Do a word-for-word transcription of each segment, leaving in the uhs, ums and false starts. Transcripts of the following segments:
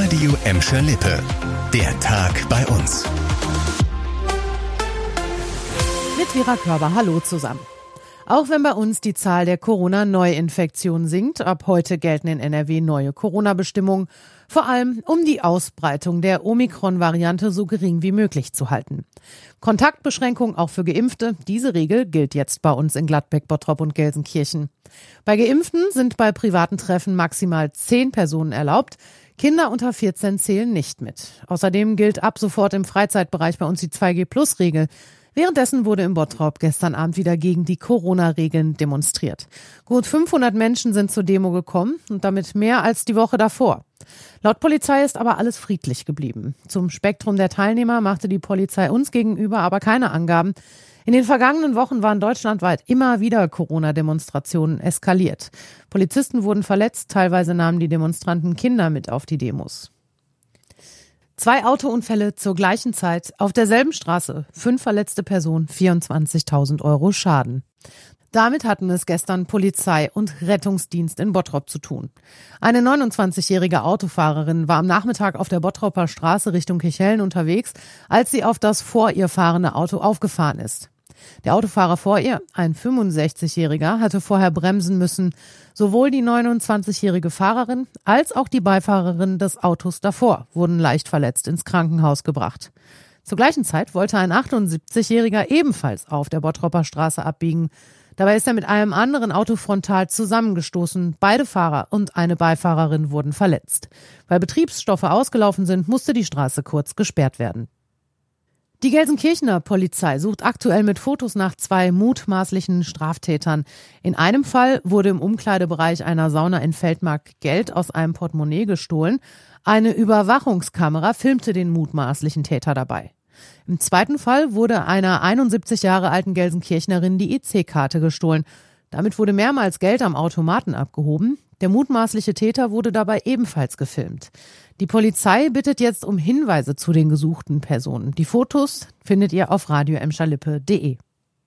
Radio Emscher Lippe. Der Tag bei uns. Mit Vera Körber, hallo zusammen. Auch wenn bei uns die Zahl der Corona-Neuinfektionen sinkt, ab heute gelten in N R W neue Corona-Bestimmungen, vor allem um die Ausbreitung der Omikron-Variante so gering wie möglich zu halten. Kontaktbeschränkung auch für Geimpfte, diese Regel gilt jetzt bei uns in Gladbeck, Bottrop und Gelsenkirchen. Bei Geimpften sind bei privaten Treffen maximal zehn Personen erlaubt. Kinder unter vierzehn zählen nicht mit. Außerdem gilt ab sofort im Freizeitbereich bei uns die zwei G Plus Regel. Währenddessen wurde im Bottrop gestern Abend wieder gegen die Corona-Regeln demonstriert. Gut fünfhundert Menschen sind zur Demo gekommen und damit mehr als die Woche davor. Laut Polizei ist aber alles friedlich geblieben. Zum Spektrum der Teilnehmer machte die Polizei uns gegenüber aber keine Angaben. In den vergangenen Wochen waren deutschlandweit immer wieder Corona-Demonstrationen eskaliert. Polizisten wurden verletzt, teilweise nahmen die Demonstranten Kinder mit auf die Demos. Zwei Autounfälle zur gleichen Zeit auf derselben Straße, fünf verletzte Personen, vierundzwanzigtausend Euro Schaden. Damit hatten es gestern Polizei und Rettungsdienst in Bottrop zu tun. Eine neunundzwanzigjährige Autofahrerin war am Nachmittag auf der Bottroper Straße Richtung Kirchhellen unterwegs, als sie auf das vor ihr fahrende Auto aufgefahren ist. Der Autofahrer vor ihr, ein fünfundsechzigjähriger, hatte vorher bremsen müssen. Sowohl die neunundzwanzigjährige Fahrerin als auch die Beifahrerin des Autos davor wurden leicht verletzt ins Krankenhaus gebracht. Zur gleichen Zeit wollte ein achtundsiebzigjähriger ebenfalls auf der Bottroper Straße abbiegen. Dabei ist er mit einem anderen Auto frontal zusammengestoßen. Beide Fahrer und eine Beifahrerin wurden verletzt. Weil Betriebsstoffe ausgelaufen sind, musste die Straße kurz gesperrt werden. Die Gelsenkirchener Polizei sucht aktuell mit Fotos nach zwei mutmaßlichen Straftätern. In einem Fall wurde im Umkleidebereich einer Sauna in Feldmark Geld aus einem Portemonnaie gestohlen. Eine Überwachungskamera filmte den mutmaßlichen Täter dabei. Im zweiten Fall wurde einer einundsiebzig Jahre alten Gelsenkirchnerin die E C-Karte gestohlen. Damit wurde mehrmals Geld am Automaten abgehoben. Der mutmaßliche Täter wurde dabei ebenfalls gefilmt. Die Polizei bittet jetzt um Hinweise zu den gesuchten Personen. Die Fotos findet ihr auf radio emscher lippe punkt de.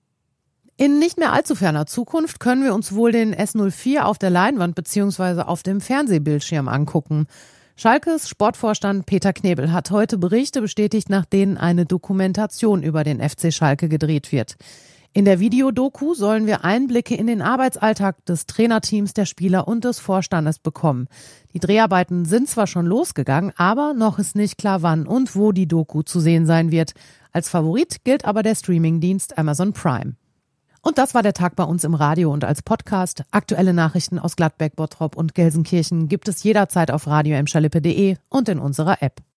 In nicht mehr allzu ferner Zukunft können wir uns wohl den S null vier auf der Leinwand bzw. auf dem Fernsehbildschirm angucken. Schalkes Sportvorstand Peter Knebel hat heute Berichte bestätigt, nach denen eine Dokumentation über den F C Schalke gedreht wird. In der Videodoku sollen wir Einblicke in den Arbeitsalltag des Trainerteams, der Spieler und des Vorstandes bekommen. Die Dreharbeiten sind zwar schon losgegangen, aber noch ist nicht klar, wann und wo die Doku zu sehen sein wird. Als Favorit gilt aber der Streamingdienst Amazon Prime. Und das war der Tag bei uns im Radio und als Podcast. Aktuelle Nachrichten aus Gladbeck, Bottrop und Gelsenkirchen gibt es jederzeit auf radio emscher lippe punkt de und in unserer App.